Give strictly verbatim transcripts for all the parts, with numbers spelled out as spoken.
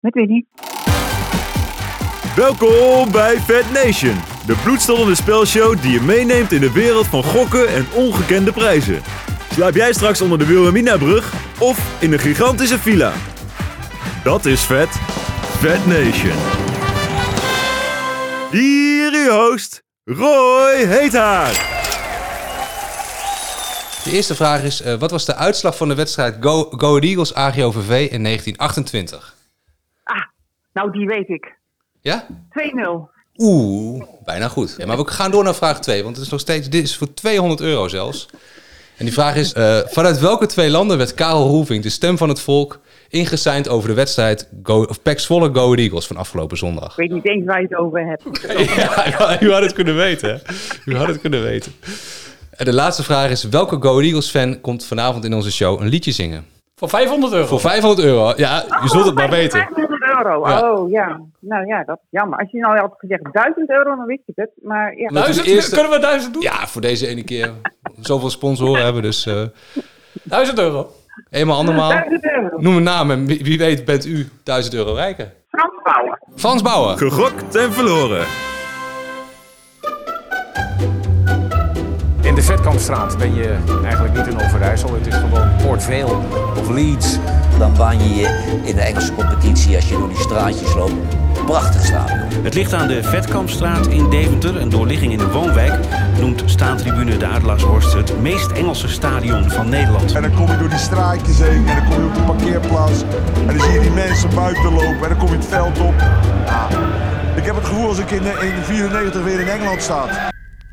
Met Winnie. Welkom bij Fat Nation, de bloedstollende spelshow die je meeneemt in de wereld van gokken en ongekende prijzen. Slaap jij straks onder de Wilhelmina-brug of in een gigantische villa? Dat is vet. Fat Nation. Hier uw host, Roy Heethaar. De eerste vraag is, uh, wat was de uitslag van de wedstrijd Go, Go Ahead Eagles A G O V V in negentien achtentwintig? Ah, nou die weet ik. Ja? twee nul. Oeh, bijna goed. Ja, maar we gaan door naar vraag twee, want het is nog steeds, dit is voor tweehonderd euro zelfs. En die vraag is, uh, vanuit welke twee landen werd Karel Roelvink, de stem van het volk, ingeseind over de wedstrijd Go, of P E C Zwolle Go Ahead Eagles van afgelopen zondag? Ik weet niet eens waar je het over hebt. Ja, u had het kunnen weten, hè? U had het kunnen weten. En de laatste vraag is, welke Go Ahead Eagles fan komt vanavond in onze show een liedje zingen? Voor vijfhonderd euro? Voor vijfhonderd euro, ja, je zult het maar weten. vijfhonderd euro, Ja. oh ja. Nou ja, dat is jammer. Als je nou had gezegd duizend euro, dan wist ik het. Maar ja. Duizend? eerste- Kunnen we duizend doen? Ja, voor deze ene keer. Zoveel sponsoren hebben, dus uh, Duizend euro. eenmaal andermaal. duizend euro. Noem een naam en wie, wie weet bent u duizend euro rijker. Frans Bauer. Frans Bauer. Gegokt en verloren. In de Vetkampstraat ben je eigenlijk niet in Overijssel. Het is gewoon Port Vale of Leeds. Dan baan je je in de Engelse competitie als je door die straatjes loopt. Prachtig stadion. Het ligt aan de Vetkampstraat in Deventer. Een doorligging in de woonwijk noemt staantribune de Adelaarshorst het meest Engelse stadion van Nederland. En dan kom je door die straatjes heen en dan kom je op de parkeerplaats. En dan zie je die mensen buiten lopen en dan kom je het veld op. Ah, ik heb het gevoel als ik in negentien vierennegentig weer in Engeland sta.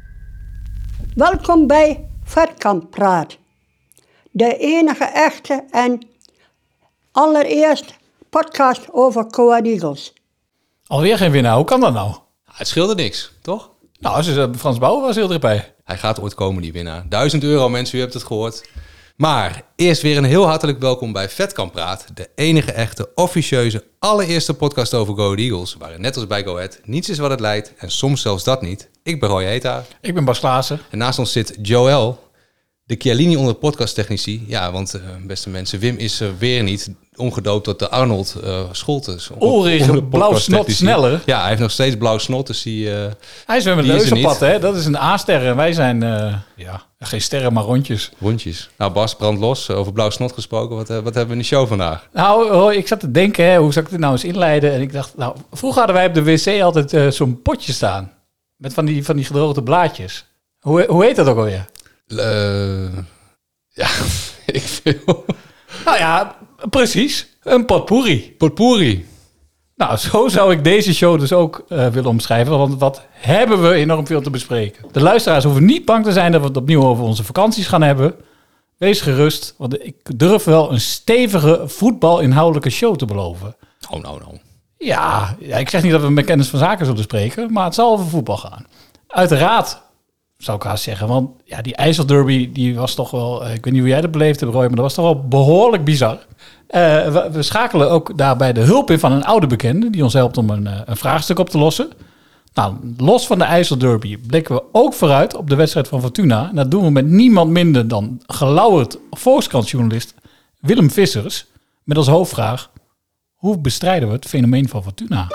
Welkom bij Vetkamppraat. De enige echte en allereerst podcast over Go Ahead Eagles. Alweer geen winnaar. Hoe kan dat nou? Het scheelde niks, toch? Nou, ze zei, Frans Bauer was heel dichtbij. Hij gaat ooit komen, die winnaar. Duizend euro, mensen, u hebt het gehoord. Maar eerst weer een heel hartelijk welkom bij Vetkamppraat. De enige echte, officieuze, allereerste podcast over Go Ahead Eagles. Waarin net als bij Go Ahead niets is wat het lijkt. En soms zelfs dat niet. Ik ben Roy Heethaar. Ik ben Bas Klaassen. En naast ons zit Joël, de Chiellini onder podcasttechnici. Ja, want uh, beste mensen, Wim is er weer niet omgedoopt tot de Arnold uh, Scholtes. Ulrich blauw snot sneller. Ja, hij heeft nog steeds blauw snot, dus die... Uh, Hij is weer met die neus is er op pad, niet. hè? Dat is een A-ster en wij zijn, uh, ja, geen sterren, maar rondjes. Rondjes. Nou, Bas, brand los. Over blauw snot gesproken. Wat, uh, wat hebben we in de show vandaag? Nou, Roy, ik zat te denken, hè, hoe zou ik dit nou eens inleiden? En ik dacht, nou, vroeger hadden wij op de wc altijd uh, zo'n potje staan. Met van die, van die gedroogde blaadjes. Hoe, hoe heet dat ook alweer? Uh, ja, ik veel. Nou ja, precies. Een potpourri. Potpourri. Nou, zo zou ik deze show dus ook uh, willen omschrijven. Want wat hebben we enorm veel te bespreken. De luisteraars hoeven niet bang te zijn dat we het opnieuw over onze vakanties gaan hebben. Wees gerust, want ik durf wel een stevige voetbalinhoudelijke show te beloven. Oh, nou, nou. Ja, ja, ik zeg niet dat we met kennis van zaken zullen spreken, maar het zal over voetbal gaan. Uiteraard, zou ik haast zeggen, want ja, die IJsselderby, die was toch wel, ik weet niet hoe jij dat beleefd hebt, Roy, maar dat was toch wel behoorlijk bizar. Uh, we, we schakelen ook daarbij de hulp in van een oude bekende, die ons helpt om een, een vraagstuk op te lossen. Nou, los van de IJsselderby blikken we ook vooruit op de wedstrijd van Fortuna. En dat doen we met niemand minder dan gelauwerd Volkskrant-journalist Willem Vissers, met als hoofdvraag: hoe bestrijden we het fenomeen van Fortuna?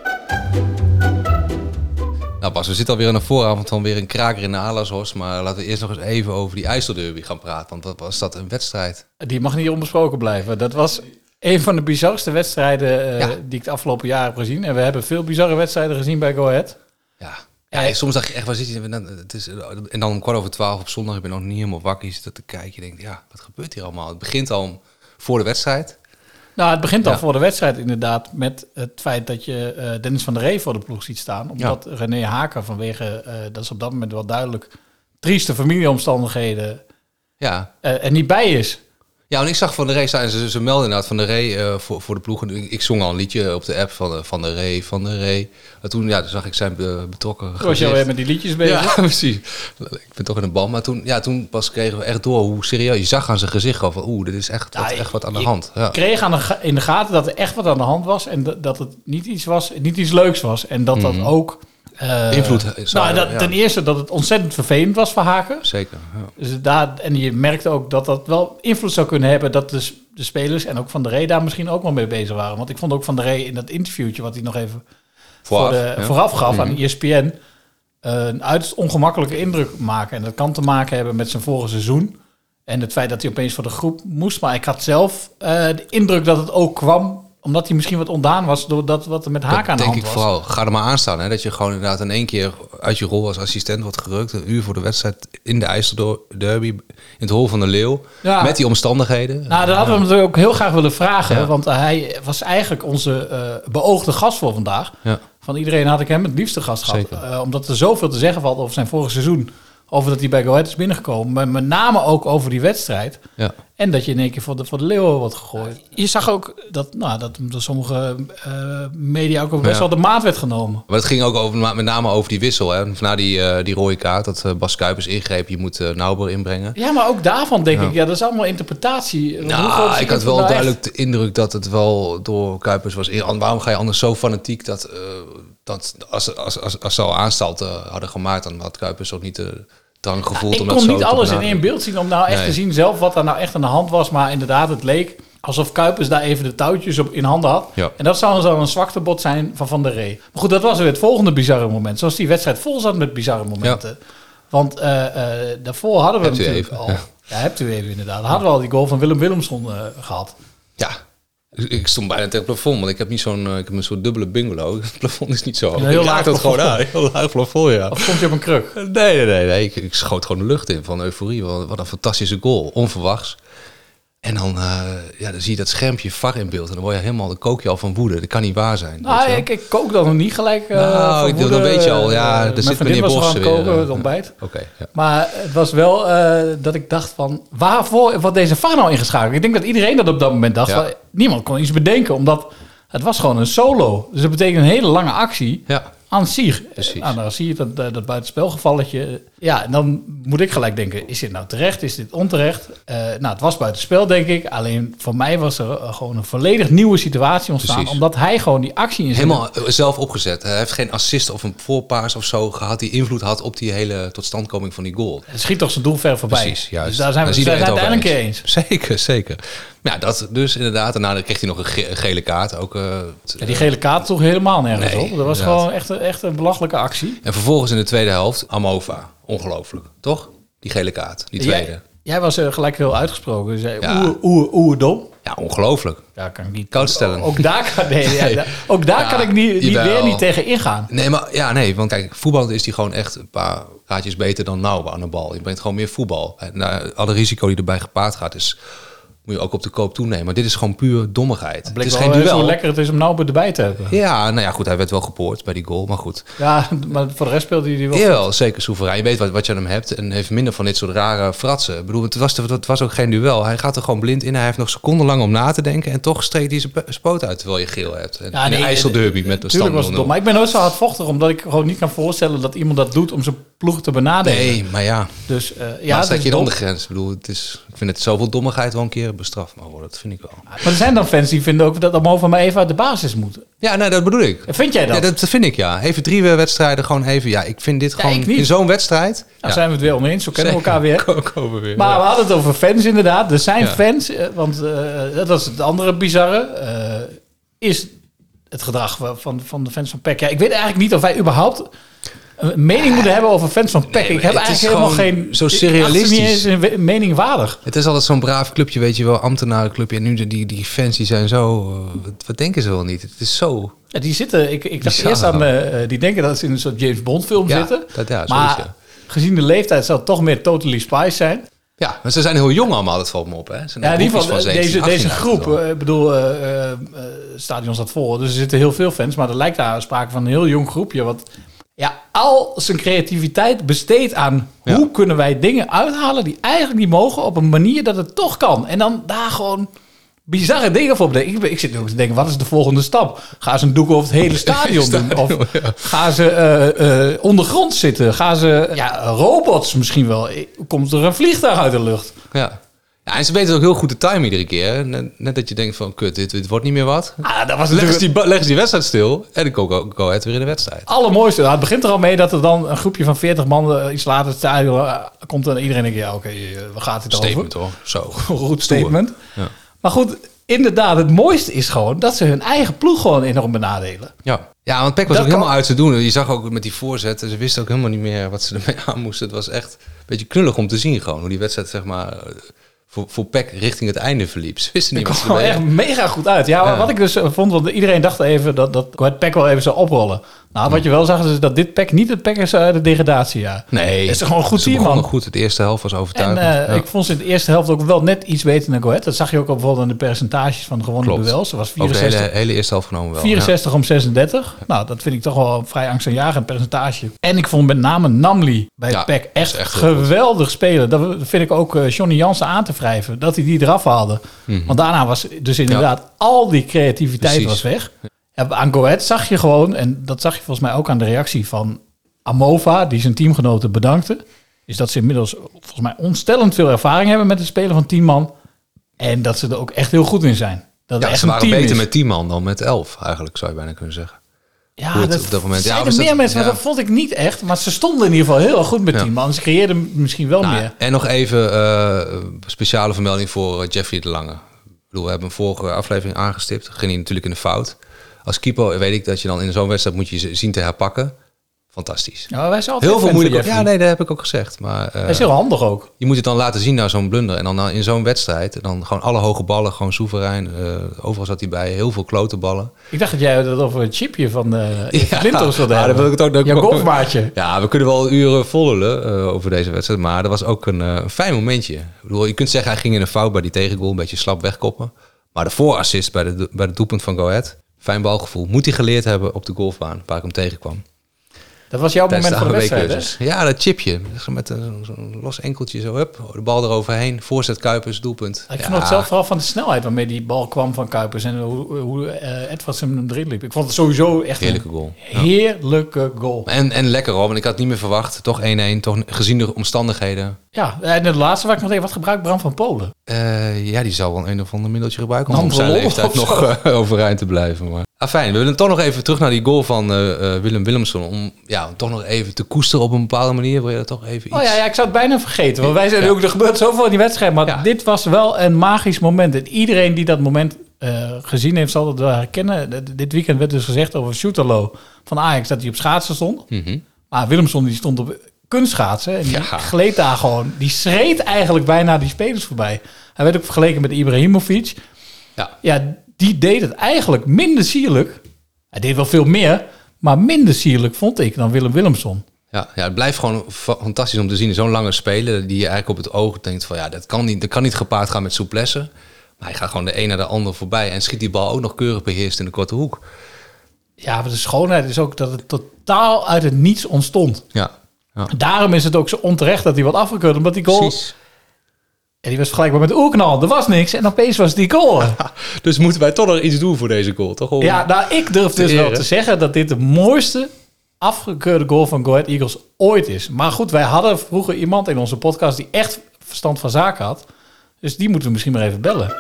Nou Bas, we zitten alweer aan de vooravond van weer een kraker in de Adelaarshorst. Maar laten we eerst nog eens even over die IJsselderby gaan praten. Want wat was dat een wedstrijd? Die mag niet onbesproken blijven. Dat was een van de bizarste wedstrijden uh, Ja. die ik de afgelopen jaren heb gezien. En we hebben veel bizarre wedstrijden gezien bij Go Ahead. Ja, ja, ja soms dacht je echt, waar zit je? Het is, en dan om kwart over twaalf op zondag, ik ben nog niet helemaal wakker. Je zit er te kijken, je denkt, ja, wat gebeurt hier allemaal? Het begint al voor de wedstrijd. Nou, het begint al Ja. voor de wedstrijd inderdaad met het feit dat je uh, Dennis van der Ree voor de ploeg ziet staan. Omdat ja. René Haken vanwege, uh, dat is op dat moment wel duidelijk, trieste familieomstandigheden ja. uh, er niet bij is. Ja, en ik zag Van der Ree staan en ze, ze melden inderdaad Van der Ree uh, voor, voor de ploeg. Ik, ik zong al een liedje op de app van Van der Ree, Van der Ree. En toen, ja, toen zag ik zijn be, betrokken gezicht. Was je alweer met die liedjes bezig? Ja, precies. Ik ben toch in een band. Maar toen, ja, toen pas kregen we echt door hoe serieus. Je zag aan zijn gezicht gewoon van, oeh, dit is echt, ja, wat, echt wat aan de je hand. Ja. Ik kreeg aan de, in de gaten dat er echt wat aan de hand was. En dat, dat het niet iets was, niet iets leuks was. En dat Mm-hmm. dat ook... Uh, invloed. Nou, dat, ja. Ten eerste dat het ontzettend vervelend was voor Haken. Zeker. Ja. Dus daar, en je merkte ook dat dat wel invloed zou kunnen hebben. Dat dus de spelers en ook Van der Rey daar misschien ook wel mee bezig waren. Want ik vond ook Van der Rey in dat interviewtje wat hij nog even Vooraf, voor de, ja. vooraf gaf Mm-hmm. aan E S P N... Uh, een uiterst ongemakkelijke indruk maken. En dat kan te maken hebben met zijn vorige seizoen. En het feit dat hij opeens voor de groep moest. Maar ik had zelf uh, de indruk dat het ook kwam... omdat hij misschien wat ontdaan was door dat wat er met Haak aan de denk hand ik was. vooral. Ga er maar aan staan. Hè? Dat je gewoon inderdaad in één keer uit je rol als assistent wordt gerukt. Een uur voor de wedstrijd in de IJsselderby. In het Hol van de Leeuw. Ja. Met die omstandigheden. Nou, dat hadden we hem natuurlijk ook heel graag willen vragen. Ja. Want hij was eigenlijk onze uh, beoogde gast voor vandaag. Ja. Van iedereen had ik hem het liefste gast gehad. Uh, omdat er zoveel te zeggen valt over zijn vorige seizoen. Over dat hij bij Go Ahead is binnengekomen. Maar met name ook over die wedstrijd. Ja. En dat je in één keer voor de, voor de Leeuwen wordt gegooid. Je zag ook dat, nou, dat door sommige uh, media ook best Ja. wel de maat werd genomen. Maar het ging ook over, met name over die wissel. Hè? Na die, uh, die rode kaart, dat uh, Bas Kuipers ingreep. Je moet uh, Nauber inbrengen. Ja, maar ook daarvan denk Ja. ik, ja, dat is allemaal interpretatie. Want hoe groot Nou, is ik die had wel nou duidelijk echt? de indruk dat het wel door Kuipers was. in- Waarom ga je anders zo fanatiek dat... Uh, dat als, als, als, als ze al aanstalt uh, hadden gemaakt... dan had Kuipers ook niet de drang gevoeld Ik om dat kon zo niet te alles in benaderen. één beeld zien om nou echt Nee. te zien zelf wat er nou echt aan de hand was. Maar inderdaad, het leek alsof Kuipers daar even de touwtjes op in handen had. Ja. En dat zou dan een zwaktebod zijn van Van der Rey. Maar goed, dat was weer het volgende bizarre moment. Zoals die wedstrijd vol zat met bizarre momenten. Want uh, uh, daarvoor hadden we Hebt u natuurlijk even, al... ja. Ja, hebt u even inderdaad. Hadden we al die goal van Willem Willemsson uh, gehad. Ja, ik ik stond bijna tegen het plafond, want ik heb niet zo'n uh, ik heb een soort dubbele bungalow. Het plafond is niet zo hoog. Een heel Ik laag raakte het gewoon aan. plafond. Heel laag plafond, ja. Of stond je op een kruk? Nee, nee, nee. nee. Ik, ik schoot gewoon de lucht in van euforie. Wat, wat een fantastische goal. Onverwachts. En dan, uh, ja, dan zie je dat schermpje V A R in beeld. En dan word je helemaal, dan kook je al van woede. Dat kan niet waar zijn. weet Nou, je wel. ik, ik kook dan nog niet gelijk. Uh, Nou, van ik doe- woede. dan weet je al, ja, Uh, er mijn zit vriendin meneer was Bos aan het weer, koken, uh, het ontbijt. Oké, ja. Maar het was wel uh, dat ik dacht van... waarvoor wordt deze V A R nou ingeschakeld? Ik denk dat iedereen dat op dat moment dacht. Ja. Van, niemand kon iets bedenken, omdat het was gewoon een solo. Dus dat betekent een hele lange actie Ja. aan zich. Precies. Nou, dan zie je dat, dat buitenspelgevalletje. Ja, en dan moet ik gelijk denken... is dit nou terecht? Is dit onterecht? Uh, nou, het was buitenspel, denk ik. Alleen voor mij was er uh, gewoon een volledig nieuwe situatie ontstaan. Precies. Omdat hij gewoon die actie in zijn... Helemaal uh, zelf opgezet. Hij heeft geen assist of een voorpaas of zo gehad die invloed had op die hele totstandkoming van die goal. Het schiet toch zijn doel ver voorbij. Precies, juist. Dus daar zijn we Daar is het iedereen het uiteindelijk over een keer eens. Zeker, zeker. Ja, dat dus inderdaad. En daarna kreeg hij nog een ge- gele kaart. Ook, uh, t- Ja, die gele kaart toch helemaal nergens Nee, op. Dat was inderdaad. gewoon echt, een- echt een belachelijke actie. En vervolgens in de tweede helft, Amova. Ongelooflijk, toch? Die gele kaart, die tweede. Jij, jij was uh, gelijk heel uitgesproken. Je zei, Ja. oeh, oeh, oeh, dom. Ja, ongelooflijk. Ja, kan ik niet. Koud stellen. Ook daar kan, nee, ja, Nee. da- ook daar Ja, kan ik niet, niet jawel. weer niet tegen ingaan. Nee, maar ja, nee. Want kijk, voetbal is die gewoon echt een paar gaatjes beter dan Nauber aan de bal. Je brengt gewoon meer voetbal. En nou, alle risico die erbij gepaard gaat, is, moet je ook op de koop toenemen. Maar dit is gewoon puur dommigheid. Het Bleek is wel geen eens duel. hoe lekker het is om nou erbij te hebben. Ja, nou ja, goed. Hij werd wel gepoord bij die goal, maar goed. Ja, maar voor de rest speelde hij die wel. Jawel, zeker soeverein. Je weet wat, wat je aan hem hebt en heeft minder van dit soort rare fratsen. Ik bedoel, het was, het was ook geen duel. Hij gaat er gewoon blind in. Hij heeft nog secondenlang om na te denken. En toch streekt hij zijn pe- spoot uit terwijl je geel hebt. En Ja, in nee, een IJsselderby met de Tuurlijk stand was het dom. Maar ik ben nooit zo hardvochtig, omdat ik gewoon niet kan voorstellen dat iemand dat doet om zijn ploeg te benadelen. Nee, maar ja. Dus uh, ja, Ja, het staat is je dan dom. de grens. Ik bedoel, het is, ik vind het zoveel dommigheid wel een keer bestraft mag worden. Dat vind ik wel. Maar er zijn dan fans die vinden ook dat Amova maar even uit de basis moet. Ja, nee, dat bedoel ik. Vind jij dat? Ja, dat vind ik, ja. Even drie wedstrijden, gewoon even. Ja, ik vind dit Ja, gewoon ik niet. in zo'n wedstrijd. Nou, ja. zijn we het weer oneens. Zo kennen we elkaar weer. Ko- Komen we weer. Maar ja. we hadden het over fans inderdaad. Er zijn Ja. fans, eh, want uh, dat was het andere bizarre. Uh, is het gedrag van, van de fans van P E C. Ja, ik weet eigenlijk niet of wij überhaupt een mening moeten hebben over fans van P E C. Nee, ik heb het is eigenlijk helemaal gewoon geen... zo ik acht het surrealistisch. niet eens een we- mening waardig. Het is altijd zo'n braaf clubje, weet je wel, ambtenarenclubje. En nu de- die, die fans die zijn zo... uh, wat, wat denken ze wel niet? Het is zo... Ja, die zitten... Ik, ik dacht Bizar. eerst aan... Uh, die denken dat ze in een soort James Bond film Ja, zitten. dat, ja, zo maar is het. gezien de leeftijd zou het toch meer Totally Spies zijn. Ja, maar ze zijn heel jong allemaal, dat valt me op. Hè? Ze zijn Ja, in echt ieder geval, boekjes van deze, zeventien, deze achttien groep, uit. eh, ik bedoel, uh, uh, het stadion staat vol, dus er zitten heel veel fans, maar er lijkt daar sprake van een heel jong groepje, wat ja, al zijn creativiteit besteedt aan Ja. hoe kunnen wij dingen uithalen die eigenlijk niet mogen op een manier dat het toch kan. En dan daar gewoon bizarre dingen voor bedenken. Ik, ben- ik zit nu ook te denken, wat is de volgende stap? Gaan ze een doek over het hele stadion doen? Of ja. gaan ze uh, uh, ondergrond zitten? Gaan ze, ja, robots misschien wel? Komt er een vliegtuig uit de lucht? Ja. Ja, en ze weten ook heel goed de time iedere keer. hè. Net, net dat je denkt van, kut, dit, dit wordt niet meer wat. Ah, dat was Leggen natuurlijk... ze die, ba- leggen ze die wedstrijd stil en dan go, go ahead weer in de wedstrijd. Allermooiste. Nou, het begint er al mee dat er dan een groepje van veertig man uh, iets later het stadion uh, komt en iedereen denkt, ja, oké, okay, uh, waar gaat het over? Statement hoor, zo. Goed statement. Ja. Maar goed, inderdaad, het mooiste is gewoon dat ze hun eigen ploeg gewoon enorm benadelen. Ja, ja want P E C was Dat ook helemaal kan- uit te doen. Je zag ook met die voorzetten, ze wisten ook helemaal niet meer wat ze ermee aan moesten. Het was echt een beetje knullig om te zien gewoon, hoe die wedstrijd zeg maar voor, voor P E C richting het einde verliep. Ze wisten niet Het wat kwam ze gewoon echt ermee mega goed uit. Ja, Ja. wat ik dus eh, vond, want iedereen dacht even dat, dat Go Ahead P E C wel even zou oprollen. Nou, wat je wel zag is dat dit P E C niet het P E C is uit de degradatie. Ja. Nee, Het is gewoon een goed ze team, begonnen man. goed. Het eerste helft was En overtuigend. eh, Ja. ik vond ze in de eerste helft ook wel net iets beter dan Go Ahead. Dat zag je ook al bijvoorbeeld aan de percentages van de gewonnen Klopt. duels. Dat was Over de vierenzestig, hele, hele eerste helft genomen wel. vierenzestig om zesendertig. Nou, dat vind ik toch wel een vrij angstaanjagend percentage. En ik vond met name Namli bij Ja, P E C echt, is echt heel goed. geweldig spelen. Dat vind ik ook eh, Johnny Jansen aan te wrijven. Dat hij die eraf haalde. Mhm. Want daarna was dus inderdaad al die creativiteit Precies. was weg. Ja, aan Go Ahead zag je gewoon, en dat zag je volgens mij ook aan de reactie van Amova, die zijn teamgenoten bedankte, is dat ze inmiddels volgens mij ontstellend veel ervaring hebben met het spelen van tien man. En dat ze er ook echt heel goed in zijn. Dat het Ja, echt ze een waren team beter is. met tien man dan met elf, eigenlijk zou je bijna kunnen zeggen. Ja, Hoe het dat, op dat moment- ja, zeiden was dat- meer mensen, maar ja. dat vond ik niet echt. Maar ze stonden in ieder geval heel erg goed met Ja. tien man. Ze creëerden misschien wel Nou, meer. en nog even uh, speciale vermelding voor uh, Jeffrey de Lange. Ik bedoel, we hebben een vorige aflevering aangestipt. Ging hij natuurlijk in de fout. Als keeper weet ik dat je dan in zo'n wedstrijd moet je ze zien te herpakken. Fantastisch. Ja, wij zijn altijd Heel veel fan van moeilijk. Ja, Jeffrey. nee, dat heb ik ook gezegd. Maar uh, Hij is heel handig ook. je moet het dan laten zien naar zo'n blunder. En dan in zo'n wedstrijd, dan gewoon alle hoge ballen, gewoon soeverein. Uh, overal zat hij bij, heel veel klote ballen. Ik dacht dat jij het over een chipje van de uh, Linters wilde ja, hebben. dan wil ik het ook, ook Jouw golfmaatje. Ja, we kunnen wel uren vollelen uh, over deze wedstrijd. Maar dat was ook een uh, fijn momentje. Ik bedoel, je kunt zeggen, hij ging in een fout bij die tegengoal. Een beetje slap wegkoppen. Maar de voorassist bij de, bij de doelpunt van Go Ahead. Fijn balgevoel. Moet hij geleerd hebben op de golfbaan, waar ik hem tegenkwam. Dat was jouw moment van de wedstrijd, hè? cursus. Ja, dat chipje. Met een, zo'n los enkeltje zo, hup, de bal eroverheen. Voorzet Kuipers, doelpunt. Ik ja. vond het zelf vooral van de snelheid waarmee die bal kwam van Kuipers en hoe, hoe uh, Edwards hem erin liep. Ik vond het sowieso echt heerlijke een goal. heerlijke goal. En, en lekker hoor, want ik had het niet meer verwacht. Toch één-één, toch gezien de omstandigheden. Ja, en de laatste waar ik nog even wat gebruik, Bram van Polen. Uh, ja, die zal wel een of ander middeltje gebruiken om Een op zijn lol leeftijd of nog uh, overeind te blijven. Maar. Ah, fijn, we willen toch nog even terug naar die goal van uh, uh, Willem Willemsson. Om ja, toch nog even te koesteren op een bepaalde manier. Wil je dat toch even iets... Oh ja, ja, ik zou het bijna vergeten. Want wij zijn Ja. ook, er gebeurt zoveel in die wedstrijd. Maar Ja. dit was wel een magisch moment. En iedereen die dat moment uh, gezien heeft, zal het wel herkennen. D- dit weekend werd dus gezegd over Soetelo van Ajax dat hij op schaatsen stond. Mm-hmm. Maar Willemsson die stond op kunstschaatsen. En die Ja. gleed daar gewoon. Die schreed eigenlijk bijna die spelers voorbij. Hij werd ook vergeleken met Ibrahimovic. Ja. Ja, die deed het eigenlijk minder sierlijk. Hij deed wel veel meer, maar minder sierlijk vond ik dan Willem Willemsson. Ja, ja, het blijft gewoon fa- fantastisch om te zien. Zo'n lange speler die je eigenlijk op het oog denkt van ja, dat kan niet, dat kan niet gepaard gaan met souplesse. Maar hij gaat gewoon de een naar de ander voorbij en schiet die bal ook nog keurig beheerst in de korte hoek. Ja, maar de schoonheid is ook dat het totaal uit het niets ontstond. Ja. ja. Daarom is het ook zo onterecht dat hij wat afgekeurd, omdat die goal... Precies. En die was vergelijkbaar met de oerknal. Er was niks en opeens was die goal. Dus moeten wij toch nog iets doen voor deze goal, toch? Om... Ja, nou, ik durf dus wel te zeggen dat dit de mooiste afgekeurde goal van Go Ahead Eagles ooit is. Maar goed, wij hadden vroeger iemand in onze podcast die echt verstand van zaken had. Dus die moeten we misschien maar even bellen.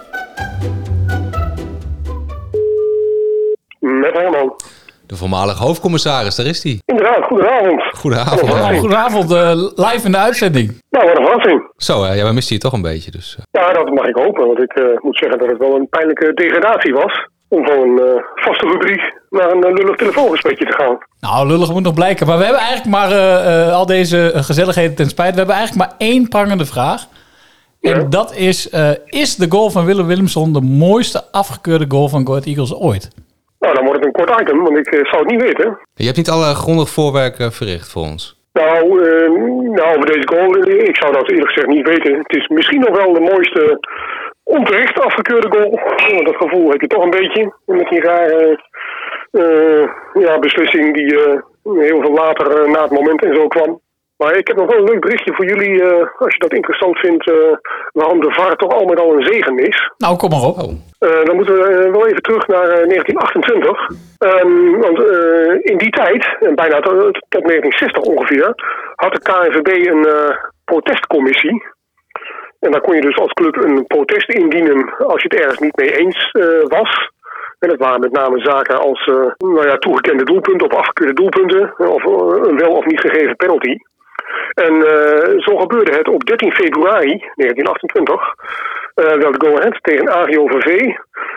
Met Herman. De voormalige hoofdcommissaris, daar is hij. Inderdaad, goedenavond. Goedenavond. Oh, goedenavond, uh, live in de uitzending. Nou, wat een verrassing. Zo, hè, ja, we misten je toch een beetje. Dus, uh... Ja, dat mag ik hopen. Want ik uh, moet zeggen dat het wel een pijnlijke degradatie was. Om van een uh, vaste rubriek naar een uh, lullig telefoongesprekje te gaan. Nou, lullig moet nog blijken. Maar we hebben eigenlijk maar uh, uh, al deze gezelligheden ten spijt. We hebben eigenlijk maar één prangende vraag. En ja. dat is, uh, is de goal van Willem Willemsson de mooiste afgekeurde goal van Go Ahead Eagles ooit? Nou, dan wordt het een kort item, want ik uh, zou het niet weten. Je hebt niet alle grondig voorwerk uh, verricht voor ons. Nou, uh, nou, over deze goal, uh, ik zou dat eerlijk gezegd niet weten. Het is misschien nog wel de mooiste onterecht afgekeurde goal. Uh, dat gevoel heb je toch een beetje. Met die rare uh, ja, beslissing die uh, heel veel later uh, na het moment en zo kwam. Maar ik heb nog wel een leuk berichtje voor jullie, uh, als je dat interessant vindt, uh, waarom de V A R toch al met al een zegen is. Nou, kom maar op. Uh, dan moeten we uh, wel even terug naar uh, negentien achtentwintig. Um, want uh, in die tijd, en bijna tot, tot negentien zestig ongeveer, had de K N V B een uh, protestcommissie. En daar kon je dus als club een protest indienen als je het ergens niet mee eens uh, was. En dat waren met name zaken als uh, nou ja, toegekende doelpunten of afgekeurde doelpunten. Of uh, een wel of niet gegeven penalty. En uh, zo gebeurde het op dertien februari negentien achtentwintig. uh, dat Go Ahead tegen A G O V V uh,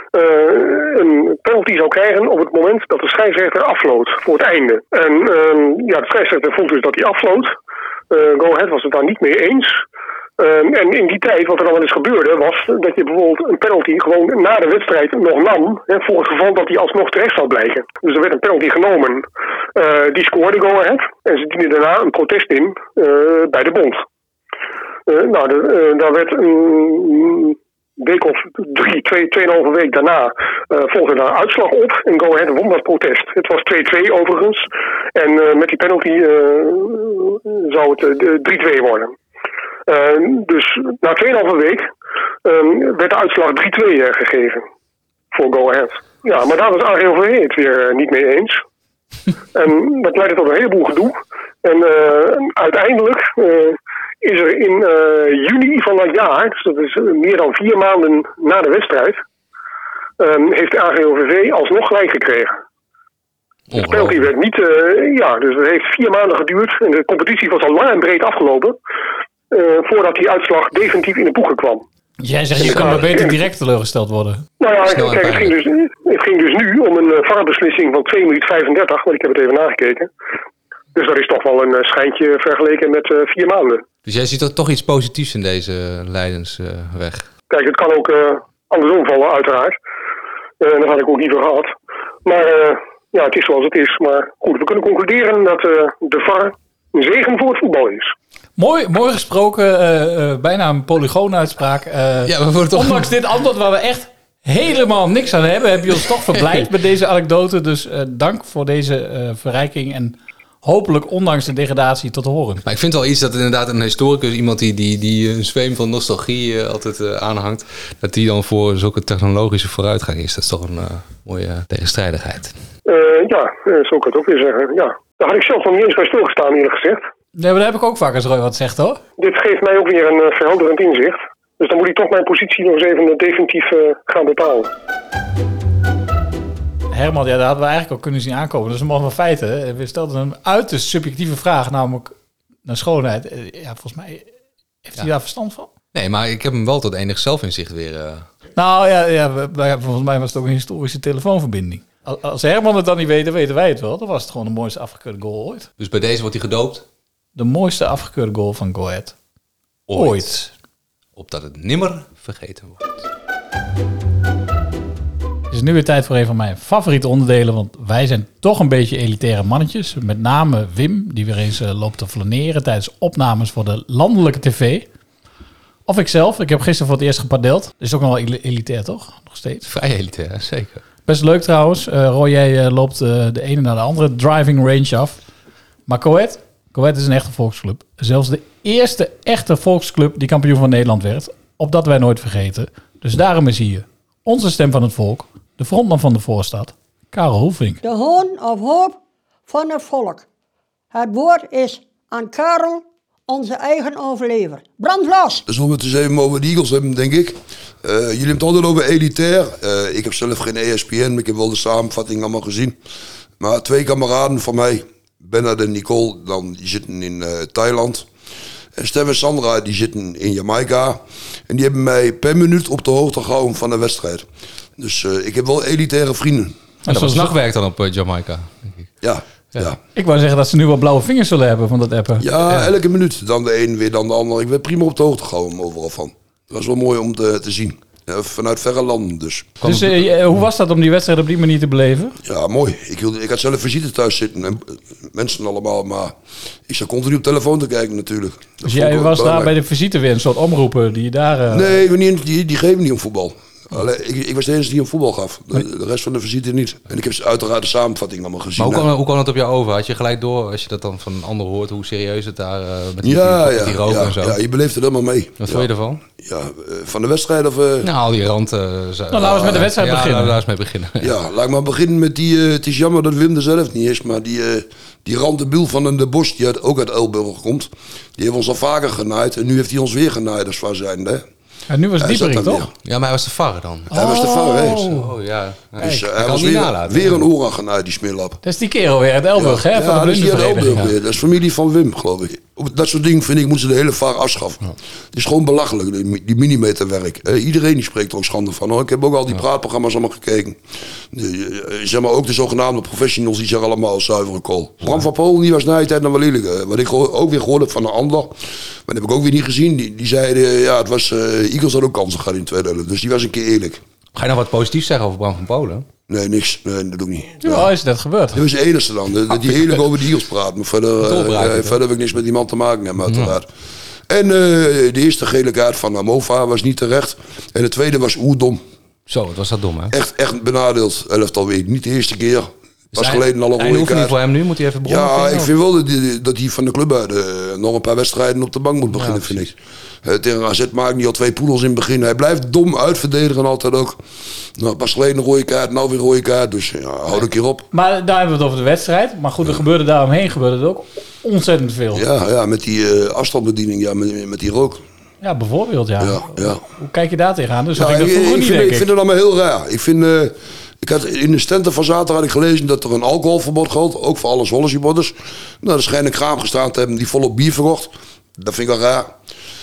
een penalty zou krijgen op het moment dat de scheidsrechter afloot voor het einde. En uh, ja, de scheidsrechter vond dus dat hij afloot. Uh, Go Ahead was het daar niet mee eens. Um, en in die tijd, wat er dan wel eens gebeurde, was dat je bijvoorbeeld een penalty gewoon na de wedstrijd nog nam, hè, voor het geval dat die alsnog terecht zou blijken. Dus er werd een penalty genomen, uh, die scoorde Go Ahead en ze dienden daarna een protest in uh, bij de bond. Uh, nou, de, uh, daar werd een week of drie, twee, tweeënhalve week daarna uh, volgde daar uitslag op en Go Ahead won dat protest. Het was twee-twee overigens en uh, met die penalty uh, zou het uh, drie-twee worden. Uh, dus na tweeënhalve week uh, werd de uitslag drie-twee uh, gegeven voor Go Ahead. Ja, maar daar was A G O V V het weer uh, niet mee eens. En dat leidde tot een heleboel gedoe. En uh, uiteindelijk uh, is er in uh, juni van dat jaar, dus dat is meer dan vier maanden na de wedstrijd, uh, heeft de A G O V V alsnog gelijk gekregen. De penalty werd niet, uh, ja, dus het heeft vier maanden geduurd en de competitie was al lang en breed afgelopen. Uh, voordat die uitslag definitief in de boeken kwam. Jij zegt, je kan maar beter direct teleurgesteld worden. Nou ja, kijk, het, ging dus, het ging dus nu om een uh, V A R-beslissing van twee minuten vijfendertig, want ik heb het even nagekeken. Dus dat is toch wel een uh, schijntje vergeleken met uh, vier maanden. Dus jij ziet er toch iets positiefs in deze lijdensweg? Uh, kijk, het kan ook uh, andersom vallen, uiteraard. Uh, dat had ik ook liever gehad. Maar uh, ja, het is zoals het is. Maar goed, we kunnen concluderen dat uh, de V A R een zegen voor het voetbal is. Mooi, mooi gesproken, uh, uh, bijna een polygoonuitspraak. Uh, ja, we toch... Ondanks dit antwoord waar we echt helemaal niks aan hebben, heb je ons toch verblijd met deze anekdote. Dus uh, dank voor deze uh, verrijking en hopelijk ondanks de degradatie tot horen. Maar ik vind wel iets dat inderdaad een historicus, iemand die, die, die een zweem van nostalgie uh, altijd uh, aanhangt, dat die dan voor zulke technologische vooruitgang is. Dat is toch een uh, mooie tegenstrijdigheid. Uh, ja, uh, zo kan ik het ook weer zeggen, ja. Daar had ik zelf nog niet eens bij stilgestaan, eerlijk gezegd. Nee, maar daar heb ik ook vaak als Roy wat zegt, hoor. Dit geeft mij ook weer een uh, verhelderend inzicht. Dus dan moet ik toch mijn positie nog eens even definitief uh, gaan bepalen. Herman, ja, daar hadden we eigenlijk al kunnen zien aankomen. Dat is een man van feiten. We stelden een uiterst subjectieve vraag, namelijk naar schoonheid. Ja, volgens mij heeft hij ja. daar verstand van. Nee, maar ik heb hem wel tot enig zelfinzicht weer... Uh... Nou ja, ja, volgens mij was het ook een historische telefoonverbinding. Als Herman het dan niet weet, dan weten wij het wel. Dan was het gewoon de mooiste afgekeurde goal ooit. Dus bij deze wordt hij gedoopt? De mooiste afgekeurde goal van Go Ahead. Ooit. ooit. Opdat het nimmer vergeten wordt. Het is nu weer tijd voor een van mijn favoriete onderdelen. Want wij zijn toch een beetje elitaire mannetjes. Met name Wim, die weer eens uh, loopt te flaneren tijdens opnames voor de landelijke tv. Of ikzelf. Ik heb gisteren voor het eerst gepadeld. Dat is ook nog wel elitair, toch? Nog steeds. Vrij elitair, zeker. Best leuk trouwens. Uh, Roy, jij uh, loopt uh, de ene naar de andere driving range af. Maar Go Ahead, Go Ahead is een echte volksclub. Zelfs de eerste echte volksclub die kampioen van Nederland werd. Opdat wij nooit vergeten. Dus daarom is hier onze stem van het volk. De frontman van de voorstad, Karel Hoefink. De hoon of hoop van het volk. Het woord is aan Karel, onze eigen overlever. Brand los! Dan zullen we het eens even over de Eagles hebben, denk ik. Uh, jullie hebben het altijd over elitair. Uh, ik heb zelf geen E S P N, maar ik heb wel de samenvatting allemaal gezien. Maar twee kameraden van mij, Bernard en Nicole, dan, die zitten in uh, Thailand. En Stef en Sandra, die zitten in Jamaica. En die hebben mij per minuut op de hoogte gehouden van de wedstrijd. Dus uh, ik heb wel elitaire vrienden. En dat was nachtwerk dan op uh, Jamaica, denk ik. Ja, ja, ja. Ik wou zeggen dat ze nu wel blauwe vingers zullen hebben van dat appen. Ja, ja, elke minuut. Dan de een weer, dan de ander. Ik werd prima op de hoogte gehouden overal van. Dat was wel mooi om te, te zien. Ja, vanuit verre landen dus. Dus uh, hoe was dat om die wedstrijd op die manier te beleven? Ja, mooi. Ik, wilde, ik had zelf visite thuis zitten. En mensen allemaal, maar ik zat continu op telefoon te kijken natuurlijk. Dat dus jij was daar bij de visite weer een soort omroepen die je daar... Uh... Nee, die, die, die geven niet om voetbal. Allee, ik, ik was de enige die om voetbal gaf. De, de rest van de visite niet. En ik heb uiteraard de samenvatting allemaal gezien. Maar hoe kwam, hoe kwam het op jou over? Had je gelijk door, als je dat dan van een ander hoort, hoe serieus het daar uh, met die, ja, die, ja, die rook ja, en zo? Ja, je beleeft het helemaal mee. Wat ja. vond je ervan? Ja, uh, van de wedstrijd of... Uh... Nou, al die rand... Uh, nou, laten we eens met de wedstrijd ja, beginnen. Ja, laten we eens mee beginnen. Ja, laat ik maar beginnen met die... Uh, het is jammer dat Wim er zelf niet is, maar die, uh, die Randebiel van de Bos, die uit, ook uit Elburg komt, die heeft ons al vaker genaaid en nu heeft hij ons weer genaaid als waar zijn, hè? En nu was het dieperik, toch? Weer. Ja, maar hij was de V A R dan. Oh. Hij was de V A R, hè? Oh, ja. Dus uh, hij hij was weer, nalaten, weer een oren genaaid, die smeerlap. Dat is die kerel weer uit Elburg, ja. hè? Van ja, de dat is die uit Elburg ja. weer. Dat is familie van Wim, geloof ik. Op dat soort dingen vind ik, moeten ze de hele V A R afschaffen. Ja. Het is gewoon belachelijk, die, die millimeterwerk. Uh, iedereen die spreekt er ook schande van. Hoor. Ik heb ook al die ja. praatprogramma's allemaal gekeken. Uh, zeg maar ook de zogenaamde professionals, die zeggen allemaal zuivere kool. Bram van Polen, die was na die tijd nog wel lelijk. Uh, wat ik ook weer gehoord heb van een ander, maar dat heb ik ook weer niet gezien. Die, die zeiden, uh, ja, het was, uh, Eagles had ook kansen gehad in tweede helft. Dus die was een keer eerlijk. Ga je nou wat positiefs zeggen over Bram van Polen? Nee, niks. Nee, dat doe ik niet. Ja, ja. is dat gebeurd? Dat is de enige dan. De, die hele over de Eagles praat. Maar verder, uh, verder heb ik niks met die man te maken hebben, uiteraard. Ja. En uh, de eerste gele kaart van Amova was niet terecht. En de tweede was oerdom. Zo, wat was dat dom, hè? Echt, echt benadeeld. Elftal weet. Niet de eerste keer. Pas geleden al een rode kaart. Voor hem nu moet hij even begonnen. Ja, ik vind wel dat hij, dat hij van de club uit uh, nog een paar wedstrijden op de bank moet beginnen, ja, vind ik. Uh, tegen A Z maakt hij al twee poedels in het begin. Hij blijft dom uitverdedigen altijd ook. Nou, pas geleden een rode kaart, nou weer een rode kaart. Dus ja, houd een keer op. Maar daar hebben we het over de wedstrijd. Maar goed, er gebeurde daaromheen gebeurde er ook ontzettend veel. Ja, ja met die uh, afstandsbediening, ja, met, met die rook. Ja, bijvoorbeeld, ja. ja, ja. Hoe kijk je daar tegenaan? Dus ja, ik, dat ik, ik, niet, vind, ik. ik vind het allemaal heel raar. Ik vind... Uh, Ik had in de stenten van zaterdag had ik gelezen dat er een alcoholverbod geldt. Ook voor alle Zwolle supporters. Nou, er schijnt een kraam gestaan te hebben die volop bier verkocht. Dat vind ik wel raar.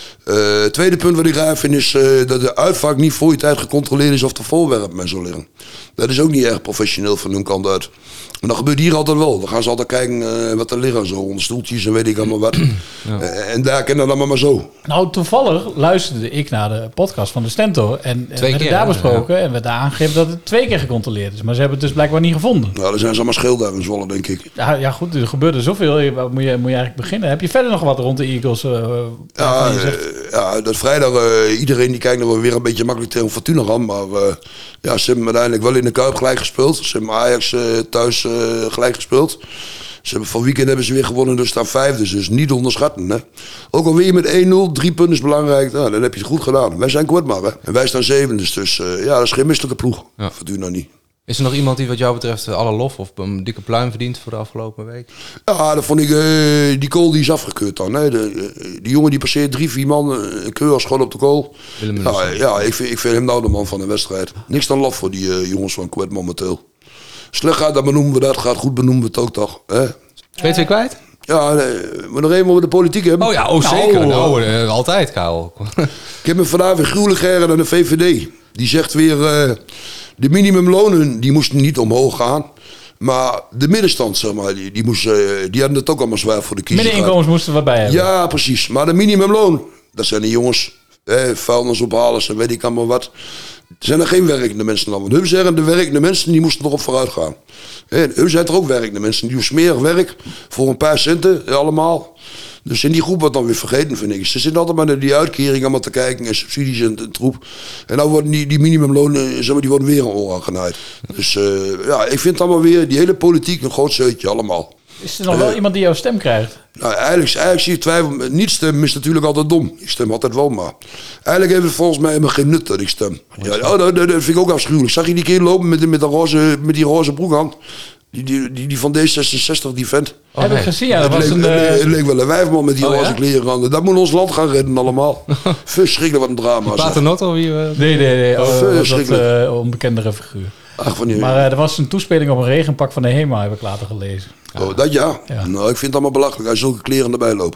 Uh, het tweede punt wat ik raar vind is uh, dat de uitvaart niet voor je tijd gecontroleerd is of er voorwerpen met zo liggen. Dat is ook niet erg professioneel van hun kant uit. Maar dat gebeurt hier altijd wel. Dan gaan ze altijd kijken uh, wat er liggen. Zo onder stoeltjes en weet ik allemaal wat. Ja. Uh, en daar ken dat allemaal maar zo. Nou, toevallig luisterde ik naar de podcast van de Stentor. En twee werd keer, daar besproken. Ja. En werd daar aangegeven dat het twee keer gecontroleerd is. Maar ze hebben het dus blijkbaar niet gevonden. Nou, dan zijn ze allemaal schil daar in Zwolle, denk ik. Ja, ja goed, er gebeurde zoveel. Moet je, moet je eigenlijk beginnen. Heb je verder nog wat rond de Eagles? Uh, ja, uh, ja, dat vrijdag. Uh, iedereen die kijkt nog weer een beetje makkelijk tegen Fortuna gaan. Maar uh, ja, ze hebben uiteindelijk wel in de Kuip gelijk gespeeld. Ze hebben Ajax uh, thuis uh, gelijk gespeeld. Ze hebben van weekend hebben ze weer gewonnen, dus staan vijfde. Dus niet onderschatten. Hè. Ook al weer met één nul, drie punten is belangrijk. Nou, dan heb je het goed gedaan. Wij zijn kort maar, hè. En wij staan zevende. Dus uh, ja, dat is geen misselijke ploeg. Ja. Fortuna niet. Is er nog iemand die wat jou betreft alle lof of een dikke pluim verdient voor de afgelopen week? Ja, dat vond ik, uh, die goal die is afgekeurd dan. Hè. De, uh, die jongen die passeert drie, vier man, een keur als gewoon op de goal. Ja, ja ik, vind, ik vind hem nou de man van de wedstrijd. Niks dan lof voor die uh, jongens van Kwart momenteel. Slecht gaat, dan benoemen we dat. Gaat goed, benoemen we het ook toch. Hè? Weet je kwijt? Ja, nee, we nog even over de politiek hebben. Oh ja, oh zeker. Nou, nou, uh, altijd, Karel. Ik heb me vandaag weer gruwelijk geërgerd aan de V V D. Die zegt weer, uh, de minimumlonen die moesten niet omhoog gaan. Maar de middenstand, zeg maar, die, die, moest, uh, die hadden het ook allemaal zwaar voor de kiezer. Middeninkomens moesten we bij hebben. Ja, precies. Maar de minimumloon, dat zijn de jongens, eh, vuilnisophalers en weet ik allemaal wat. Er zijn er geen werkende mensen dan. Want hun zeggen, de werkende mensen die moesten erop vooruit gaan. En hun zijn er ook werkende mensen. Die doen smerig werk voor een paar centen, allemaal. Dus in die groep wordt dan weer vergeten, vind ik. Ze zitten altijd maar naar die uitkeringen allemaal te kijken en subsidies en, en troep. En dan worden die, die minimumlonen, zeg maar, die worden weer een oor genaaid. Dus uh, ja, ik vind allemaal weer, die hele politiek, een groot zeutje, allemaal. Is er nog wel uh, iemand die jouw stem krijgt? Nou, eigenlijk, eigenlijk zie je twijfel. Niet stemmen is natuurlijk altijd dom. Ik stem altijd wel, maar eigenlijk heeft het volgens mij helemaal geen nut dat ik stem. Ja, oh, dat, dat vind ik ook afschuwelijk. Zag je die keer lopen met, met, de roze, met die roze broek aan? Die, die, die, die van D zesenzestig, die vent. Oh, heb ik gezien, ja. Dat het, was leek, een, het, het leek wel een wijfman met die oh, roze ja? kleren aan. Dat moet ons land gaan redden allemaal. Verschrikkelijk wat een drama. Paternotte? Wie, uh... Nee, nee, nee. Oh, Verschrikkelijk. Dat uh, onbekendere figuur. Ach, van die, maar uh, er was een toespeling op een regenpak van de HEMA, heb ik later gelezen. Oh, dat ja. ja. Nou, ik vind het allemaal belachelijk. Hij zulke kleren erbij lopen.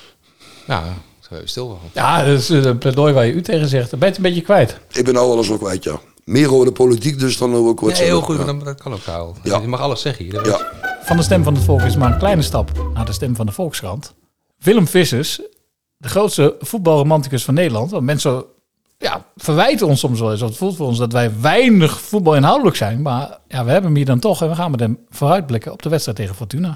Ja, zo even stil. Ja, dat is een pleidooi waar je u tegen zegt. Dan ben je het een beetje kwijt. Ik ben nou alles wel kwijt, ja. Meer over de politiek dus dan over kort. Nee, heel goed, ja. Dat kan ook, Karel. Ja. Je mag alles zeggen hier. Ja. Van de Stem van het Volk is maar een kleine stap naar de Stem van de Volkskrant. Willem Vissers, de grootste voetbalromanticus van Nederland. Want mensen ja, verwijten ons soms wel eens, of het voelt voor ons dat wij weinig voetbalinhoudelijk zijn. Maar ja, we hebben hem hier dan toch en we gaan met hem vooruitblikken op de wedstrijd tegen Fortuna.